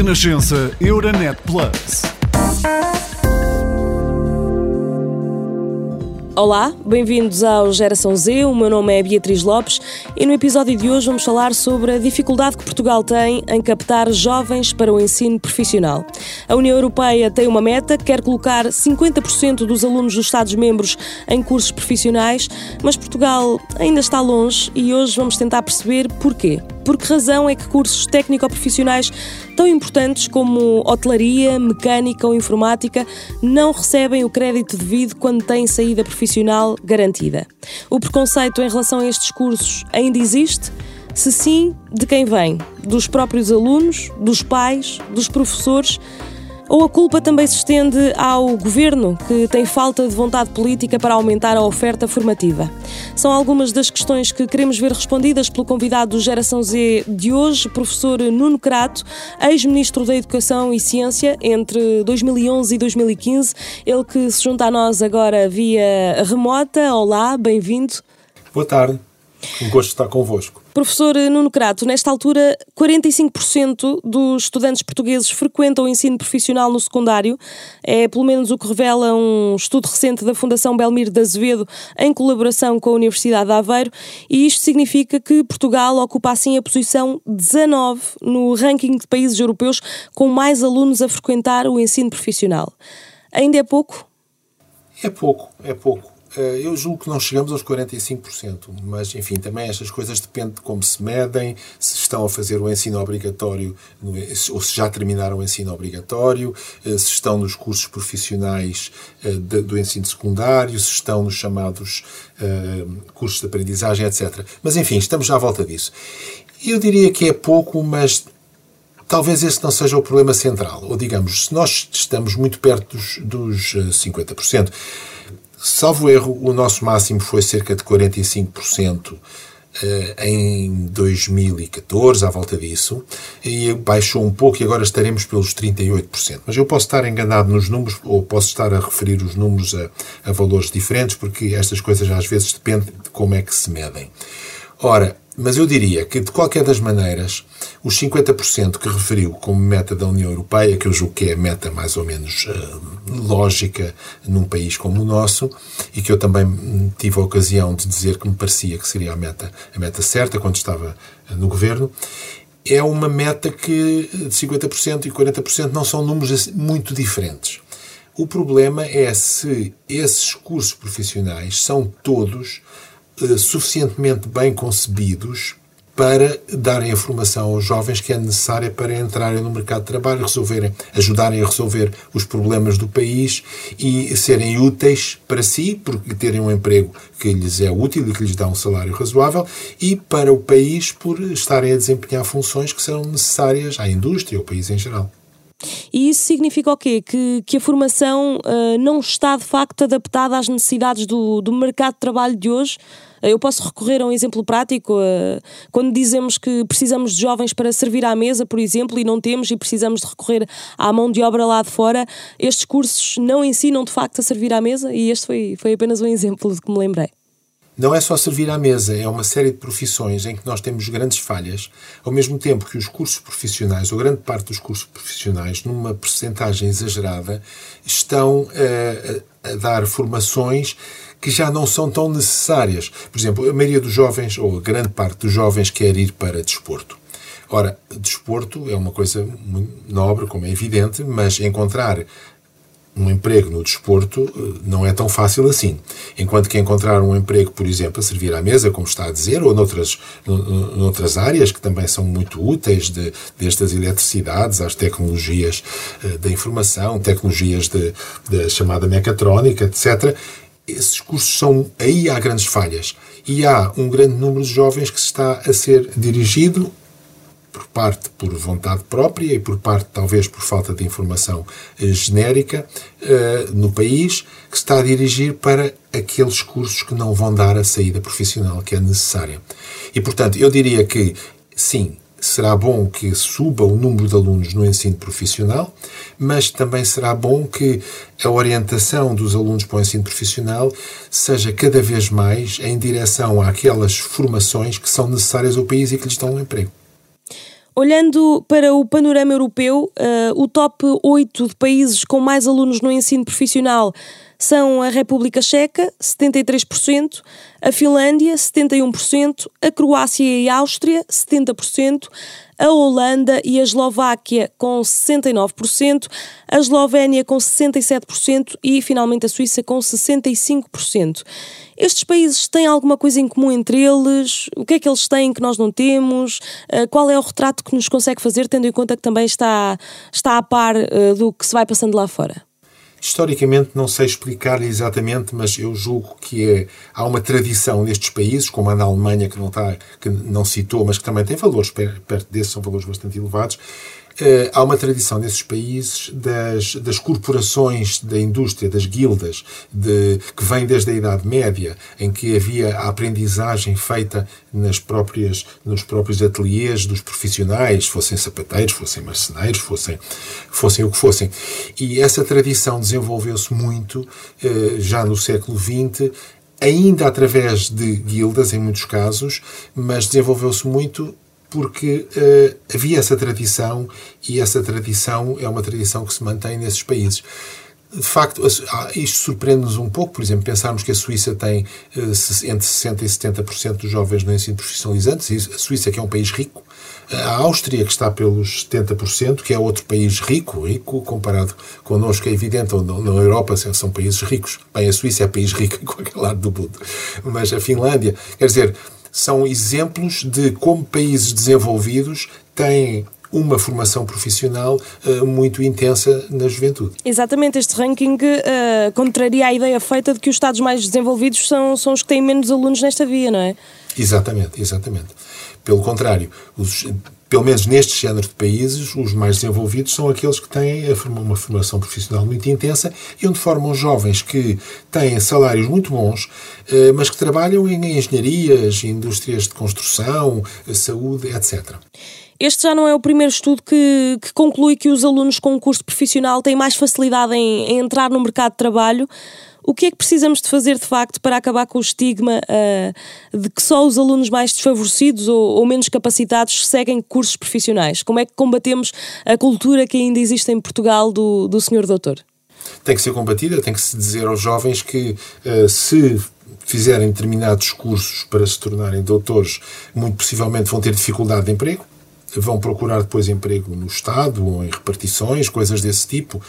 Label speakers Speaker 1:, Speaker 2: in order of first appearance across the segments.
Speaker 1: Renascença Euronet Plus.
Speaker 2: Olá, bem-vindos ao Geração Z, o meu nome é Beatriz Lopes e no episódio de hoje vamos falar sobre a dificuldade que Portugal tem em captar jovens para o ensino profissional. A União Europeia tem uma meta que quer colocar 50% dos alunos dos Estados-membros em cursos profissionais, mas Portugal ainda está longe e hoje vamos tentar perceber porquê. Por que razão é que cursos técnico-profissionais tão importantes como hotelaria, mecânica ou informática não recebem o crédito devido quando têm saída profissional garantida? O preconceito em relação a estes cursos ainda existe? Se sim, de quem vem? Dos próprios alunos, dos pais, dos professores? Ou a culpa também se estende ao governo, que tem falta de vontade política para aumentar a oferta formativa? São algumas das questões que queremos ver respondidas pelo convidado do Geração Z de hoje, professor Nuno Crato, ex-ministro da Educação e Ciência entre 2011 e 2015. Ele que se junta a nós agora via remota. Olá, bem-vindo.
Speaker 3: Boa tarde. Um gosto de estar convosco.
Speaker 2: Professor Nuno Crato, nesta altura 45% dos estudantes portugueses frequentam o ensino profissional no secundário. É pelo menos o que revela um estudo recente da Fundação Belmiro de Azevedo em colaboração com a Universidade de Aveiro, e isto significa que Portugal ocupa assim a posição 19 no ranking de países europeus com mais alunos a frequentar o ensino profissional. Ainda é pouco?
Speaker 3: É pouco. Eu julgo que não chegamos aos 45%, mas, enfim, também estas coisas dependem de como se medem, se estão a fazer o ensino obrigatório, ou se já terminaram o ensino obrigatório, se estão nos cursos profissionais do ensino secundário, se estão nos chamados cursos de aprendizagem, etc. Mas, enfim, estamos já à volta disso. Eu diria que é pouco, mas talvez esse não seja o problema central. Ou, digamos, se nós estamos muito perto dos 50%, salvo erro, o nosso máximo foi cerca de 45% em 2014, à volta disso, e baixou um pouco e agora estaremos pelos 38%. Mas eu posso estar enganado nos números, ou posso estar a referir os números a valores diferentes, porque estas coisas às vezes dependem de como é que se medem. Ora, mas eu diria que, de qualquer das maneiras, os 50% que referiu como meta da União Europeia, que eu julgo que é a meta mais ou menos lógica num país como o nosso, e que eu também tive a ocasião de dizer que me parecia que seria a meta certa quando estava no governo, é uma meta que de 50% e 40% não são números muito diferentes. O problema é se esses cursos profissionais são todos suficientemente bem concebidos para darem a formação aos jovens que é necessária para entrarem no mercado de trabalho, ajudarem a resolver os problemas do país e serem úteis para si, porque terem um emprego que lhes é útil e que lhes dá um salário razoável, e para o país por estarem a desempenhar funções que são necessárias à indústria e ao país em geral.
Speaker 2: E isso significa o quê? Que a formação não está de facto adaptada às necessidades do mercado de trabalho de hoje? Eu posso recorrer a um exemplo prático. Quando dizemos que precisamos de jovens para servir à mesa, por exemplo, e não temos e precisamos de recorrer à mão de obra lá de fora, estes cursos não ensinam de facto a servir à mesa, e este foi apenas um exemplo de que me lembrei.
Speaker 3: Não é só servir à mesa, é uma série de profissões em que nós temos grandes falhas, ao mesmo tempo que os cursos profissionais, ou grande parte dos cursos profissionais, numa percentagem exagerada, estão a dar formações que já não são tão necessárias. Por exemplo, a maioria dos jovens, ou a grande parte dos jovens, quer ir para desporto. Ora, desporto é uma coisa muito nobre, como é evidente, mas encontrar um emprego no desporto não é tão fácil assim. Enquanto que encontrar um emprego, por exemplo, a servir à mesa, como está a dizer, ou noutras áreas que também são muito úteis, desde as eletricidades às tecnologias da informação, tecnologias da chamada mecatrónica, etc., esses cursos aí há grandes falhas. E há um grande número de jovens que se está a ser dirigido por parte por vontade própria e por parte, talvez, por falta de informação genérica no país, que se está a dirigir para aqueles cursos que não vão dar a saída profissional que é necessária. E, portanto, eu diria que, sim, será bom que suba o número de alunos no ensino profissional, mas também será bom que a orientação dos alunos para o ensino profissional seja cada vez mais em direção àquelas formações que são necessárias ao país e que lhes dão um emprego.
Speaker 2: Olhando para o panorama europeu, o top 8 de países com mais alunos no ensino profissional são a República Checa, 73%, a Finlândia, 71%, a Croácia e a Áustria, 70%, a Holanda e a Eslováquia com 69%, a Eslovénia com 67% e, finalmente, a Suíça com 65%. Estes países têm alguma coisa em comum entre eles? O que é que eles têm que nós não temos? Qual é o retrato que nos consegue fazer, tendo em conta que também está a par do que se vai passando lá fora?
Speaker 3: Historicamente não sei explicar exatamente, mas eu julgo que há uma tradição nestes países, como a na Alemanha, que não citou, mas que também tem valores perto desses, são valores bastante elevados. Há uma tradição nesses países das corporações da indústria, das guildas, que vem desde a Idade Média, em que havia a aprendizagem feita nos próprios ateliês dos profissionais, fossem sapateiros, fossem marceneiros, fossem o que fossem. E essa tradição desenvolveu-se muito já no século XX, ainda através de guildas, em muitos casos, mas desenvolveu-se muito porque havia essa tradição, e essa tradição é uma tradição que se mantém nesses países. De facto, isto surpreende-nos um pouco, por exemplo, pensarmos que a Suíça tem entre 60% e 70% dos jovens no ensino profissionalizante, a Suíça que é um país rico, a Áustria que está pelos 70%, que é outro país rico comparado connosco, é evidente, na Europa são países ricos. Bem, a Suíça é país rico em qualquer lado do mundo, mas a Finlândia, quer dizer, são exemplos de como países desenvolvidos têm uma formação profissional muito intensa na juventude.
Speaker 2: Exatamente, este ranking contraria a ideia feita de que os Estados mais desenvolvidos são os que têm menos alunos nesta via, não é?
Speaker 3: Exatamente. Pelo contrário, pelo menos neste género de países, os mais desenvolvidos são aqueles que têm uma formação profissional muito intensa e onde formam jovens que têm salários muito bons, mas que trabalham em engenharias, indústrias de construção, saúde, etc.
Speaker 2: Este já não é o primeiro estudo que conclui que os alunos com um curso profissional têm mais facilidade em entrar no mercado de trabalho. O que é que precisamos de fazer, de facto, para acabar com o estigma de que só os alunos mais desfavorecidos ou menos capacitados seguem cursos profissionais? Como é que combatemos a cultura que ainda existe em Portugal do senhor doutor?
Speaker 3: Tem que ser combatida, tem que se dizer aos jovens que se fizerem determinados cursos para se tornarem doutores, muito possivelmente vão ter dificuldade de emprego. Vão procurar depois emprego no Estado ou em repartições, coisas desse tipo,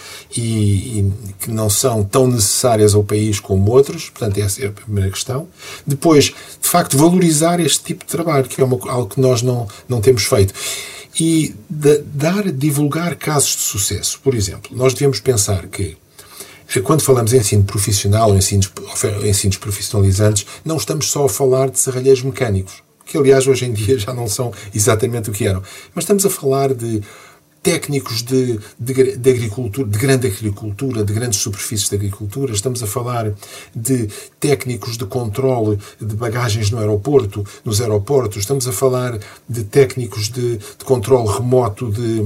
Speaker 3: e que não são tão necessárias ao país como outros. Portanto, essa é a primeira questão. Depois, de facto, valorizar este tipo de trabalho, que é algo que nós não temos feito. E divulgar casos de sucesso. Por exemplo, nós devemos pensar que quando falamos em ensino profissional ou ensinos profissionalizantes, não estamos só a falar de serralheiros mecânicos, que aliás hoje em dia já não são exatamente o que eram. Mas estamos a falar de técnicos de agricultura, de grande agricultura, de grandes superfícies de agricultura. Estamos a falar de técnicos de controle de bagagens nos aeroportos. Estamos a falar de técnicos de controle remoto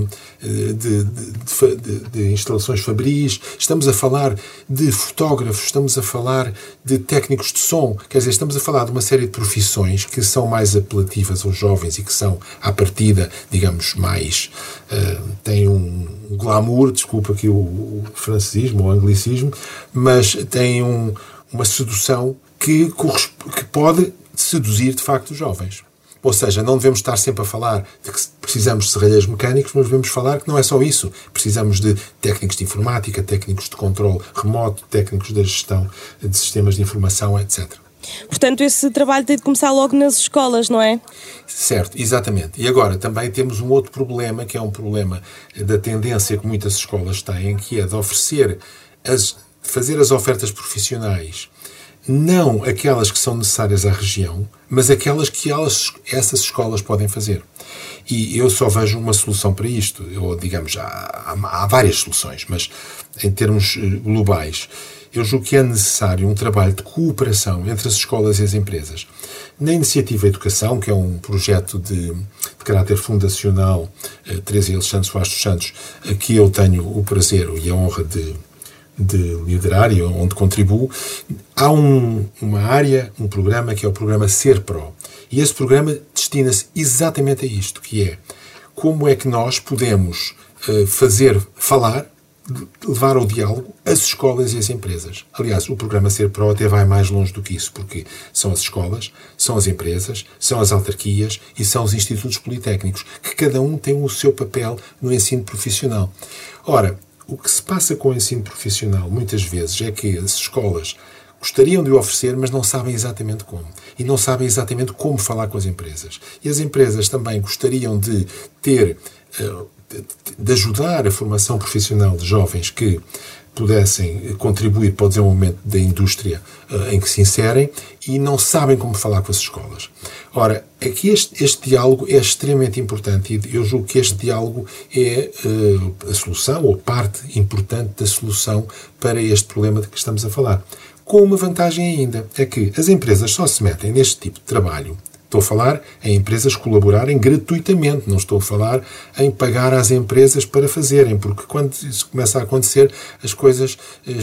Speaker 3: de instalações fabris. Estamos a falar de fotógrafos. Estamos a falar de técnicos de som. Quer dizer, estamos a falar de uma série de profissões que são mais apelativas aos jovens e que são, à partida, digamos, mais têm um glamour, desculpa aqui o francesinho ou o anglicismo, mas têm uma sedução que pode seduzir de facto os jovens. Ou seja, não devemos estar sempre a falar de que precisamos de serralheiros mecânicos, mas devemos falar que não é só isso. Precisamos de técnicos de informática, técnicos de controle remoto, técnicos da gestão de sistemas de informação, etc.
Speaker 2: Portanto, esse trabalho tem de começar logo nas escolas, não é?
Speaker 3: Certo, exatamente. E agora também temos um outro problema, que é um problema da tendência que muitas escolas têm, que é de fazer as ofertas profissionais, não aquelas que são necessárias à região, mas aquelas que essas escolas podem fazer. E eu só vejo uma solução para isto. Digamos, há várias soluções, mas em termos globais, eu julgo que é necessário um trabalho de cooperação entre as escolas e as empresas. Na Iniciativa Educação, que é um projeto de caráter fundacional, Teresa e Alexandre Soares dos Santos, que eu tenho o prazer e a honra de liderar e onde contribuo, há uma área, um programa que é o programa Ser Pro. E esse programa destina-se exatamente a isto, que é como é que nós podemos levar ao diálogo as escolas e as empresas. Aliás, o programa Ser Pro até vai mais longe do que isso, porque são as escolas, são as empresas, são as autarquias e são os institutos politécnicos, que cada um tem o seu papel no ensino profissional. Ora, o que se passa com o ensino profissional, muitas vezes, é que as escolas gostariam de o oferecer, mas não sabem exatamente como. E não sabem exatamente como falar com as empresas. E as empresas também gostariam de ajudar a formação profissional de jovens que pudessem contribuir para o desenvolvimento da indústria em que se inserem e não sabem como falar com as escolas. Ora, aqui este diálogo é extremamente importante e eu julgo que este diálogo é a solução, ou parte importante da solução para este problema de que estamos a falar. Com uma vantagem ainda, é que as empresas só se metem neste tipo de trabalho. Estou a falar em empresas colaborarem gratuitamente, não estou a falar em pagar às empresas para fazerem, porque quando isso começa a acontecer, as coisas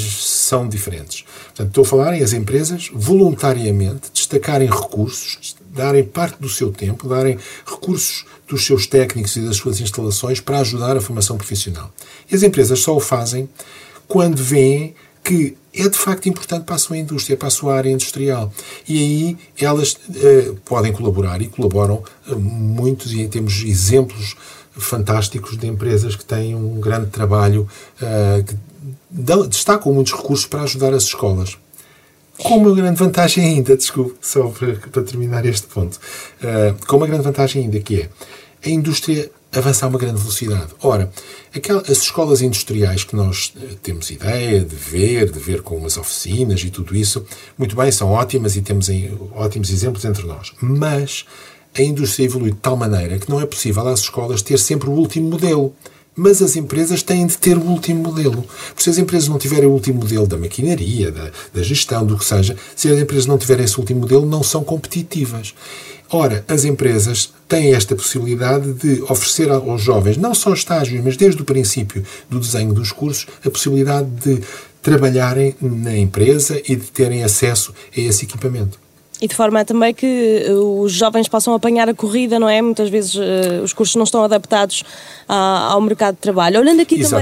Speaker 3: são diferentes. Portanto, estou a falar em as empresas voluntariamente destacarem recursos, darem parte do seu tempo, darem recursos dos seus técnicos e das suas instalações para ajudar a formação profissional. E as empresas só o fazem quando veem que é de facto importante para a sua indústria, para a sua área industrial. E aí elas podem colaborar e colaboram muitos, e temos exemplos fantásticos de empresas que têm um grande trabalho, que destacam muitos recursos para ajudar as escolas. Com uma grande vantagem ainda, desculpe, só para terminar este ponto, com uma grande vantagem ainda, que é a indústria avançar a uma grande velocidade. Ora, as escolas industriais que nós temos ideia de ver com umas oficinas e tudo isso, muito bem, são ótimas e temos ótimos exemplos entre nós. Mas a indústria evolui de tal maneira que não é possível às escolas ter sempre o último modelo. Mas as empresas têm de ter o último modelo. Porque se as empresas não tiverem o último modelo da maquinaria, da gestão, do que seja, se as empresas não tiverem esse último modelo, não são competitivas. Ora, as empresas têm esta possibilidade de oferecer aos jovens, não só estágios, mas desde o princípio do desenho dos cursos, a possibilidade de trabalharem na empresa e de terem acesso a esse equipamento.
Speaker 2: E de forma também que os jovens possam apanhar a corrida, não é? Muitas vezes os cursos não estão adaptados ao mercado de trabalho. Olhando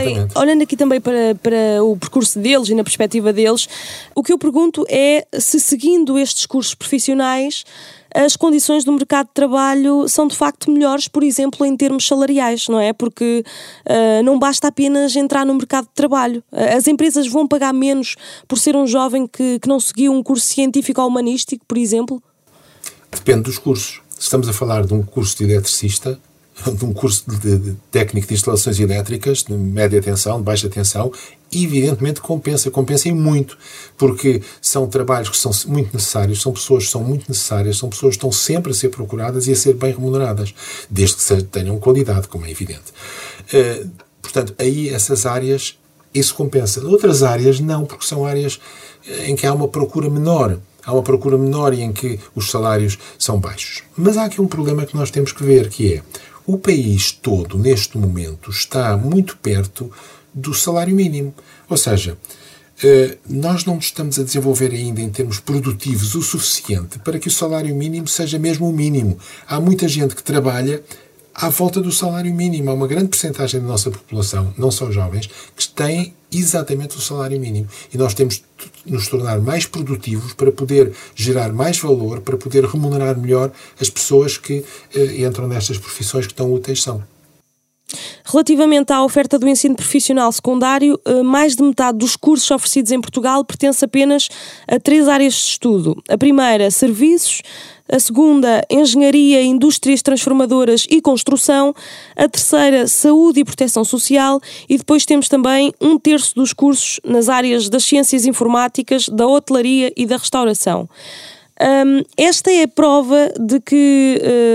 Speaker 2: aqui também para o percurso deles e na perspectiva deles, o que eu pergunto é se, seguindo estes cursos profissionais, as condições do mercado de trabalho são de facto melhores, por exemplo, em termos salariais, não é? Porque não basta apenas entrar no mercado de trabalho. As empresas vão pagar menos por ser um jovem que não seguiu um curso científico ou humanístico, por exemplo?
Speaker 3: Depende dos cursos. Se estamos a falar de um curso de eletricista, de um curso de técnico de instalações elétricas, de média tensão, de baixa tensão, evidentemente compensa e muito, porque são trabalhos que são muito necessários, são pessoas que são muito necessárias, são pessoas que estão sempre a ser procuradas e a ser bem remuneradas, desde que tenham qualidade, como é evidente. Portanto, aí essas áreas, isso compensa. Outras áreas não, porque são áreas em que há uma procura menor. Há uma procura menor e em que os salários são baixos. Mas há aqui um problema que nós temos que ver, que é o país todo, neste momento, está muito perto do salário mínimo. Ou seja, nós não estamos a desenvolver ainda em termos produtivos o suficiente para que o salário mínimo seja mesmo o mínimo. Há muita gente que trabalha à volta do salário mínimo. Há uma grande percentagem da nossa população, não só jovens, que têm exatamente o salário mínimo. E nós temos de nos tornar mais produtivos para poder gerar mais valor, para poder remunerar melhor as pessoas que entram nestas profissões que tão úteis são.
Speaker 2: Relativamente à oferta do ensino profissional secundário, mais de metade dos cursos oferecidos em Portugal pertence apenas a 3 áreas de estudo. A primeira, serviços; a segunda, engenharia, indústrias transformadoras e construção; a terceira, saúde e proteção social; e depois temos também 1/3 dos cursos nas áreas das ciências informáticas, da hotelaria e da restauração. Esta é a prova de que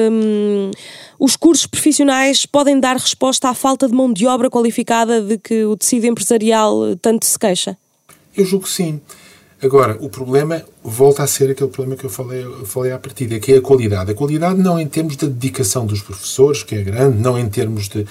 Speaker 2: os cursos profissionais podem dar resposta à falta de mão de obra qualificada de que o tecido empresarial tanto se queixa?
Speaker 3: Eu julgo que sim. Agora, o problema volta a ser aquele problema que eu falei à partida, que é a qualidade. A qualidade não em termos da dedicação dos professores, que é grande, não em termos de...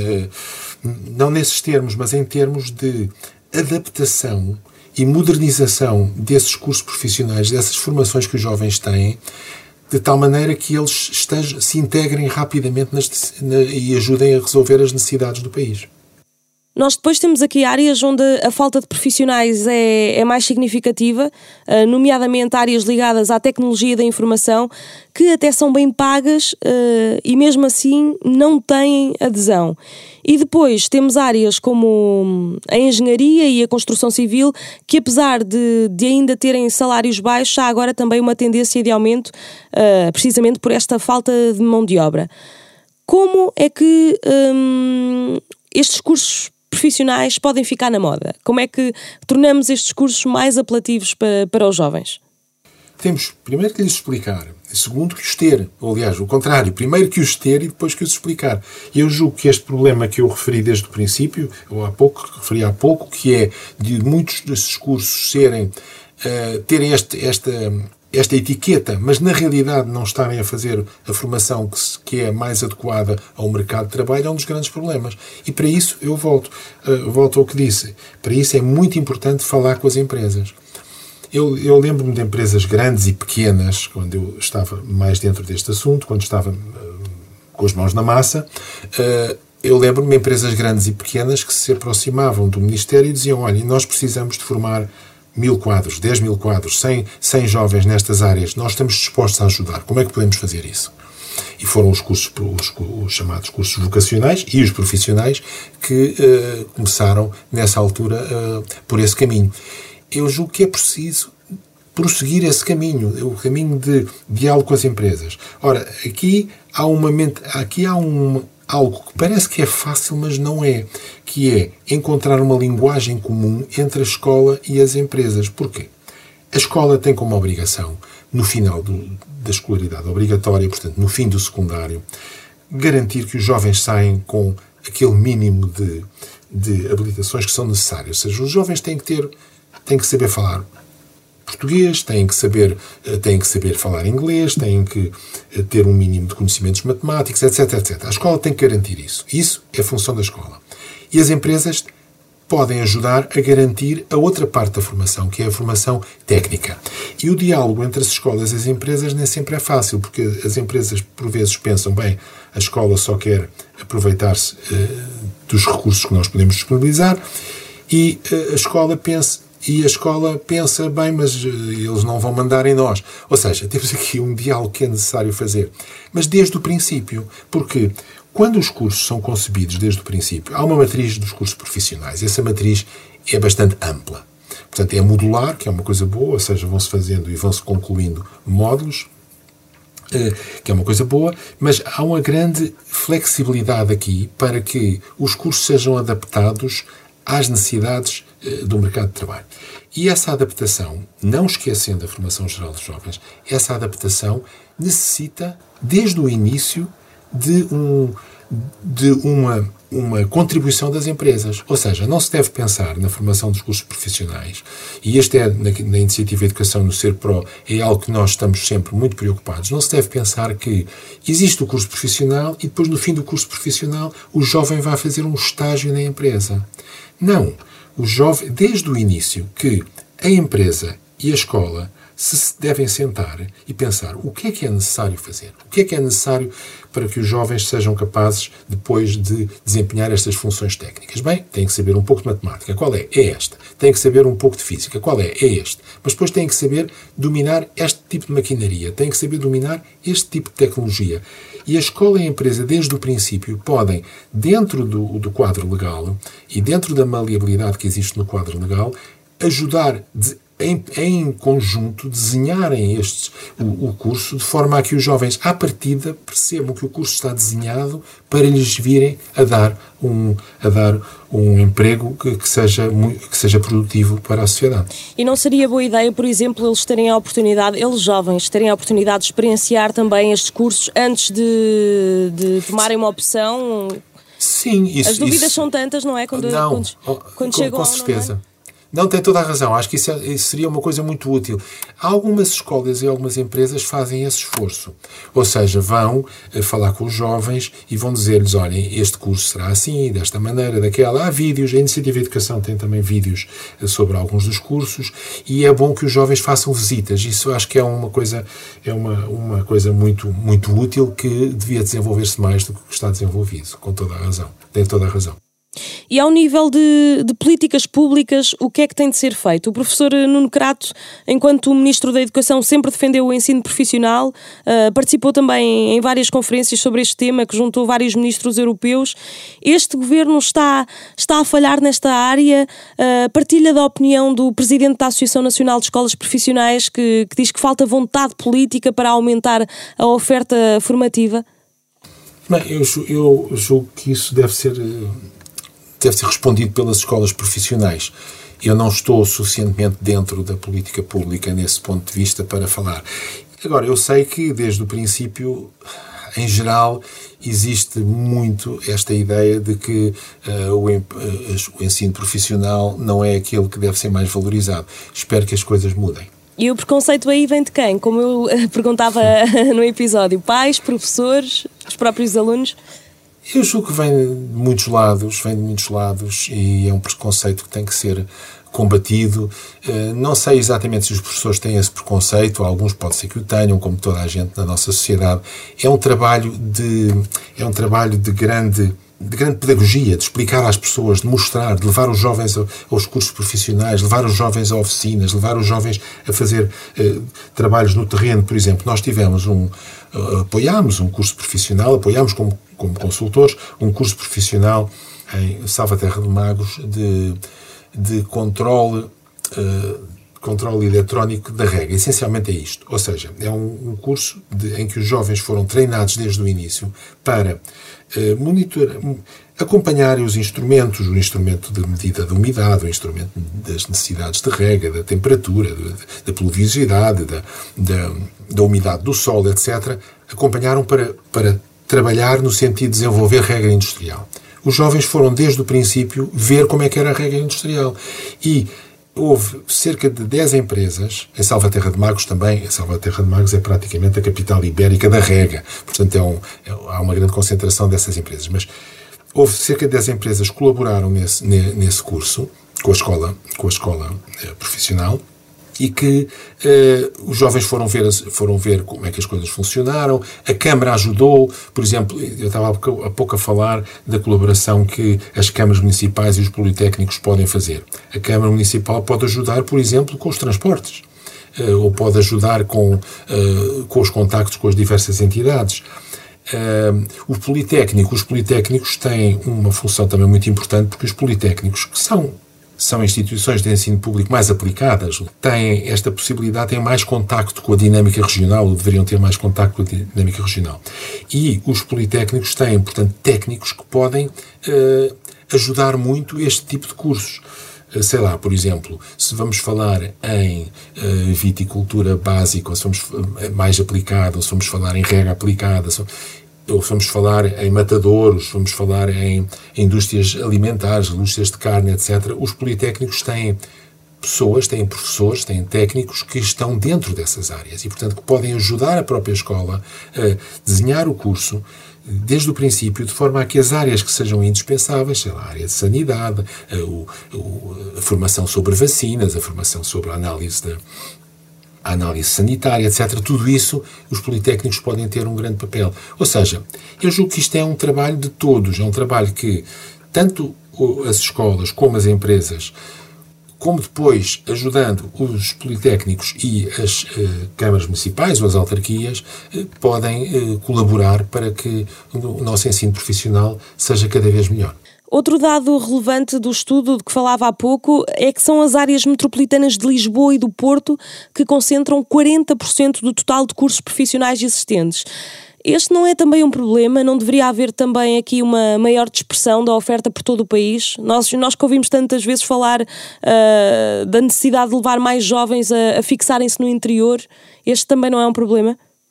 Speaker 3: não nesses termos, mas em termos de adaptação e modernização desses cursos profissionais, dessas formações que os jovens têm, de tal maneira que eles se integrem rapidamente e ajudem a resolver as necessidades do país.
Speaker 2: Nós depois temos aqui áreas onde a falta de profissionais é mais significativa, nomeadamente áreas ligadas à tecnologia da informação, que até são bem pagas e mesmo assim não têm adesão. E depois temos áreas como a engenharia e a construção civil, que apesar de ainda terem salários baixos, há agora também uma tendência de aumento, precisamente por esta falta de mão de obra. Como é que estes cursos profissionais podem ficar na moda? Como é que tornamos estes cursos mais apelativos para os jovens?
Speaker 3: Temos primeiro que lhes explicar, segundo que os ter, ou aliás, o contrário, primeiro que os ter e depois que os explicar. E eu julgo que este problema que eu referi desde o princípio, ou referi há pouco, que é de muitos desses cursos terem esta etiqueta, mas na realidade não estarem a fazer a formação que é mais adequada ao mercado de trabalho, é um dos grandes problemas. E para isso eu volto ao que disse. Para isso é muito importante falar com as empresas. Eu lembro-me de empresas grandes e pequenas, quando eu estava mais dentro deste assunto, quando estava com as mãos na massa, eu lembro-me de empresas grandes e pequenas que se aproximavam do Ministério e diziam: olha, nós precisamos de formar 1.000 quadros, 10.000 quadros, 100 jovens nestas áreas, nós estamos dispostos a ajudar. Como é que podemos fazer isso? E foram os chamados cursos vocacionais e os profissionais que começaram nessa altura por esse caminho. Eu julgo que é preciso prosseguir esse caminho, o caminho de diálogo com as empresas. Ora, aqui há algo que parece que é fácil, mas não é, que é encontrar uma linguagem comum entre a escola e as empresas. Porquê? A escola tem como obrigação, no final da escolaridade obrigatória, portanto, no fim do secundário, garantir que os jovens saem com aquele mínimo de habilitações que são necessárias. Ou seja, os jovens têm que saber falar português, têm que saber falar inglês, têm que ter um mínimo de conhecimentos matemáticos, etc, etc. A escola tem que garantir isso. Isso é a função da escola. E as empresas podem ajudar a garantir a outra parte da formação, que é a formação técnica. E o diálogo entre as escolas e as empresas nem sempre é fácil, porque as empresas, por vezes, pensam, bem, a escola só quer aproveitar-se dos recursos que nós podemos disponibilizar, e a escola pensa, bem, mas eles não vão mandar em nós. Ou seja, temos aqui um diálogo que é necessário fazer. Mas desde o princípio, porque quando os cursos são concebidos desde o princípio, há uma matriz dos cursos profissionais. Essa matriz é bastante ampla. Portanto, é modular, que é uma coisa boa, ou seja, vão-se fazendo e vão-se concluindo módulos, que é uma coisa boa, mas há uma grande flexibilidade aqui para que os cursos sejam adaptados às necessidades do mercado de trabalho. E essa adaptação, não esquecendo a formação geral dos jovens, essa adaptação necessita, desde o início, de uma contribuição das empresas. Ou seja, não se deve pensar na formação dos cursos profissionais, e este é, na Iniciativa Educação no Ser Pro, é algo que nós estamos sempre muito preocupados. Não se deve pensar que existe o curso profissional e depois, no fim do curso profissional, o jovem vai fazer um estágio na empresa. Não. O jovem, desde o início, que a empresa e a escola se devem sentar e pensar o que é necessário fazer, o que é necessário para que os jovens sejam capazes depois de desempenhar estas funções técnicas. Bem, têm que saber um pouco de matemática. Qual é? É esta. Têm que saber um pouco de física. Qual é? É este. Mas depois têm que saber dominar este tipo de maquinaria. Têm que saber dominar este tipo de tecnologia. E a escola e a empresa, desde o princípio, podem, dentro do quadro legal e dentro da maleabilidade que existe no quadro legal, ajudar em conjunto, desenharem o curso de forma a que os jovens, à partida, percebam que o curso está desenhado para lhes virem a dar um emprego que seja produtivo para a sociedade.
Speaker 2: E não seria boa ideia, por exemplo, eles jovens, terem a oportunidade de experienciar também estes cursos antes de tomarem uma opção?
Speaker 3: Sim, isso.
Speaker 2: As dúvidas são tantas, não é? Quando chegam
Speaker 3: com certeza. Não, tem toda a razão. Acho que isso seria uma coisa muito útil. Algumas escolas e algumas empresas fazem esse esforço. Ou seja, vão falar com os jovens e vão dizer-lhes, olhem, este curso será assim, desta maneira, daquela. Há vídeos, a Iniciativa de Educação tem também vídeos sobre alguns dos cursos e é bom que os jovens façam visitas. Isso acho que é uma coisa muito, muito útil que devia desenvolver-se mais do que está desenvolvido, com toda a razão. Tem toda a razão.
Speaker 2: E ao nível de políticas públicas, o que é que tem de ser feito? O professor Nuno Crato, enquanto Ministro da Educação, sempre defendeu o ensino profissional, participou também em várias conferências sobre este tema, que juntou vários ministros europeus. Este governo está a falhar nesta área? Partilha da opinião do Presidente da Associação Nacional de Escolas Profissionais, que diz que falta vontade política para aumentar a oferta formativa?
Speaker 3: Bem, eu julgo que isso deve ser respondido pelas escolas profissionais. Eu não estou suficientemente dentro da política pública nesse ponto de vista para falar. Agora, eu sei que desde o princípio, em geral, existe muito esta ideia de que o ensino profissional não é aquele que deve ser mais valorizado. Espero que as coisas mudem.
Speaker 2: E o preconceito aí vem de quem? Como eu perguntava no episódio, pais, professores, os próprios alunos?
Speaker 3: Eu julgo que vem de muitos lados e é um preconceito que tem que ser combatido. Não sei exatamente se os professores têm esse preconceito, alguns pode ser que o tenham, como toda a gente na nossa sociedade. É um trabalho de grande pedagogia, de explicar às pessoas, de mostrar, de levar os jovens aos cursos profissionais, levar os jovens a oficinas, levar os jovens a fazer trabalhos no terreno, por exemplo. Nós apoiámos um curso profissional, apoiámos como consultores, um curso profissional em Salvaterra de Magos de controle eletrónico da rega. Essencialmente é isto. Ou seja, é um curso em que os jovens foram treinados desde o início para acompanharem os instrumentos, o instrumento de medida da umidade, o instrumento das necessidades de rega, da temperatura, da pluviosidade, da umidade do solo, etc. Acompanharam para trabalhar no sentido de desenvolver regra industrial. Os jovens foram, desde o princípio, ver como é que era a regra industrial. E houve cerca de 10 empresas, em Salvaterra de Magos também. Salvaterra de Magos é praticamente a capital ibérica da rega. Portanto, há uma grande concentração dessas empresas. Mas houve cerca de 10 empresas que colaboraram nesse curso, com a escola profissional, e que os jovens foram ver como é que as coisas funcionaram. A Câmara ajudou, por exemplo, eu estava há pouco a falar da colaboração que as câmaras municipais e os politécnicos podem fazer. A Câmara Municipal pode ajudar, por exemplo, com os transportes, ou pode ajudar com os contactos com as diversas entidades. Os politécnicos têm uma função também muito importante, porque os politécnicos, que são instituições de ensino público mais aplicadas, têm esta possibilidade, têm mais contacto com a dinâmica regional, ou deveriam ter mais contacto com a dinâmica regional. E os politécnicos têm, portanto, técnicos que podem ajudar muito este tipo de cursos. Sei lá, por exemplo, se vamos falar em viticultura básica, ou se vamos mais aplicada, ou se vamos falar em rega aplicada, ou vamos falar em matadouros, vamos falar em indústrias alimentares, indústrias de carne, etc. Os politécnicos têm pessoas, têm professores, têm técnicos que estão dentro dessas áreas e, portanto, que podem ajudar a própria escola a desenhar o curso desde o princípio, de forma a que as áreas que sejam indispensáveis, sei lá, a área de sanidade, a formação sobre vacinas, a formação sobre a análise sanitária, etc. Tudo isso, os politécnicos podem ter um grande papel. Ou seja, eu julgo que isto é um trabalho de todos, é um trabalho que tanto as escolas como as empresas, como depois ajudando os politécnicos e as câmaras municipais ou as autarquias, podem colaborar para que o nosso ensino profissional seja cada vez melhor.
Speaker 2: Outro dado relevante do estudo de que falava há pouco é que são as áreas metropolitanas de Lisboa e do Porto que concentram 40% do total de cursos profissionais existentes. Este não é também um problema? Não deveria haver também aqui uma maior dispersão da oferta por todo o país? Nós que ouvimos tantas vezes falar da necessidade de levar mais jovens a fixarem-se no interior, este também não é um problema?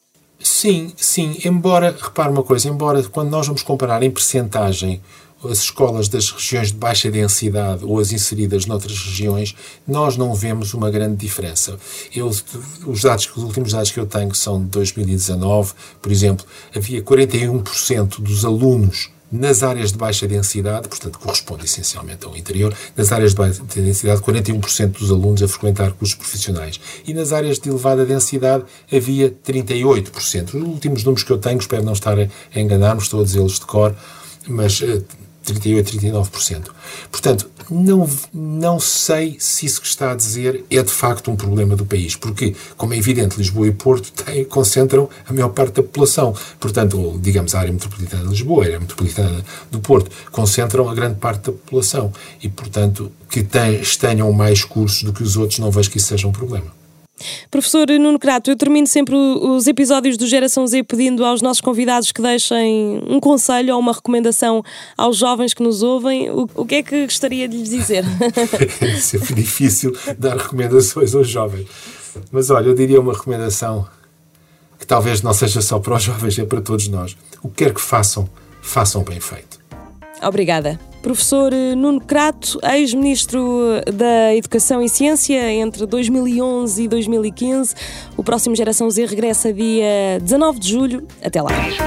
Speaker 3: Sim, embora, repare uma coisa, embora quando nós vamos comparar em percentagem as escolas das regiões de baixa densidade ou as inseridas noutras regiões, nós não vemos uma grande diferença. Os últimos dados que eu tenho são de 2019, por exemplo, havia 41% dos alunos nas áreas de baixa densidade, portanto corresponde essencialmente ao interior, nas áreas de baixa densidade, 41% dos alunos a frequentar cursos profissionais. E nas áreas de elevada densidade havia 38%. Os últimos números que eu tenho, espero não estar a enganar-me, estou a dizê-los de cor, mas 38%, 39%. Portanto, não sei se isso que está a dizer é de facto um problema do país, porque, como é evidente, Lisboa e Porto concentram a maior parte da população. Portanto, digamos, a área metropolitana de Lisboa, a área metropolitana do Porto, concentram a grande parte da população. E, portanto, que tenham mais cursos do que os outros, não vejo que isso seja um problema.
Speaker 2: Professor Nuno Crato, eu termino sempre os episódios do Geração Z pedindo aos nossos convidados que deixem um conselho ou uma recomendação aos jovens que nos ouvem. O que é que gostaria de lhes dizer?
Speaker 3: É sempre difícil dar recomendações aos jovens. Mas olha, eu diria uma recomendação que talvez não seja só para os jovens, é para todos nós. O que quer que façam, façam bem feito.
Speaker 2: Obrigada. Professor Nuno Crato, ex-ministro da Educação e Ciência entre 2011 e 2015. O próximo Geração Z regressa dia 19 de julho. Até lá.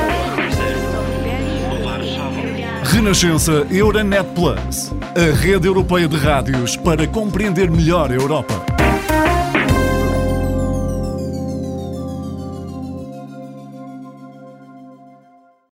Speaker 1: Renascença Euronet Plus, a rede europeia de rádios para compreender melhor a Europa.